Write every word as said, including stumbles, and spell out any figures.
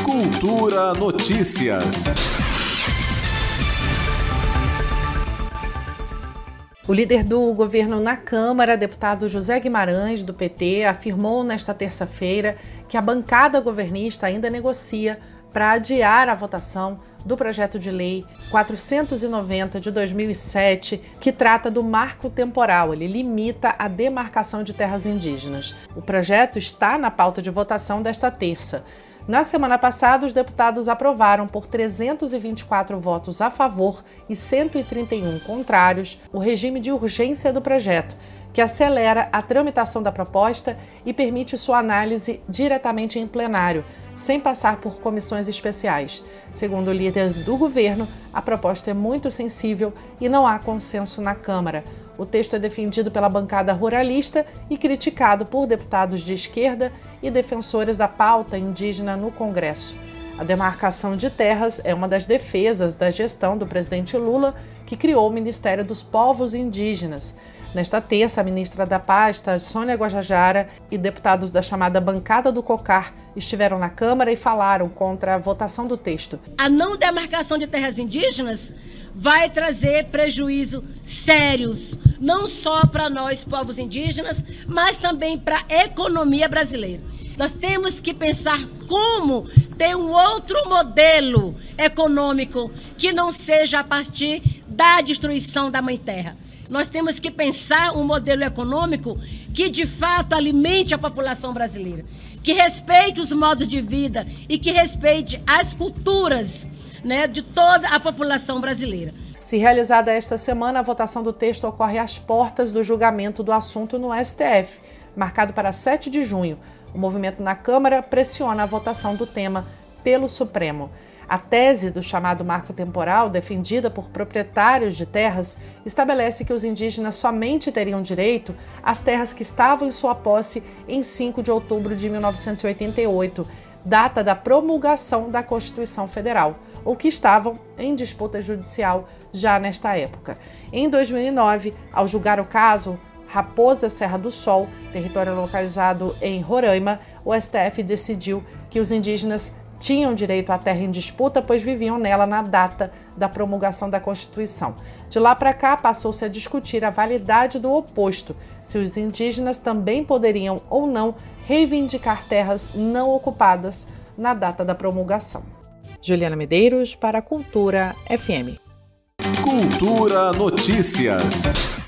Cultura Notícias. O líder do governo na Câmara, deputado José Guimarães, do P T, afirmou nesta terça-feira que a bancada governista ainda negocia para adiar a votação do projeto de lei quatrocentos e noventa de dois mil e sete, que trata do marco temporal. Ele limita a demarcação de terras indígenas. O projeto está na pauta de votação desta terça. Na semana passada, os deputados aprovaram por trezentos e vinte e quatro votos a favor e cento e trinta e um contrários o regime de urgência do projeto, que acelera a tramitação da proposta e permite sua análise diretamente em plenário, sem passar por comissões especiais. Segundo o líder do governo, a proposta é muito sensível e não há consenso na Câmara. O texto é defendido pela bancada ruralista e criticado por deputados de esquerda e defensores da pauta indígena no Congresso. A demarcação de terras é uma das defesas da gestão do presidente Lula, que criou o Ministério dos Povos Indígenas. Nesta terça, a ministra da pasta, Sônia Guajajara, e deputados da chamada Bancada do Cocar estiveram na Câmara e falaram contra a votação do texto. A não demarcação de terras indígenas vai trazer prejuízos sérios, não só para nós, povos indígenas, mas também para a economia brasileira. Nós temos que pensar como ter um outro modelo econômico que não seja a partir da destruição da Mãe Terra. Nós temos que pensar um modelo econômico que, de fato, alimente a população brasileira, que respeite os modos de vida e que respeite as culturas, né, de toda a população brasileira. Se realizada esta semana, a votação do texto ocorre às portas do julgamento do assunto no S T F, marcado para sete de junho. O movimento na Câmara pressiona a votação do tema pelo Supremo. A tese do chamado marco temporal, defendida por proprietários de terras, estabelece que os indígenas somente teriam direito às terras que estavam em sua posse em cinco de outubro de mil novecentos e oitenta e oito, data da promulgação da Constituição Federal, ou que estavam em disputa judicial já nesta época. Em dois mil e nove, ao julgar o caso Raposa Serra do Sol, território localizado em Roraima, o S T F decidiu que os indígenas tinham direito à terra em disputa, pois viviam nela na data da promulgação da Constituição. De lá para cá, passou-se a discutir a validade do oposto, se os indígenas também poderiam ou não reivindicar terras não ocupadas na data da promulgação. Juliana Medeiros para a Cultura F M. Cultura Notícias.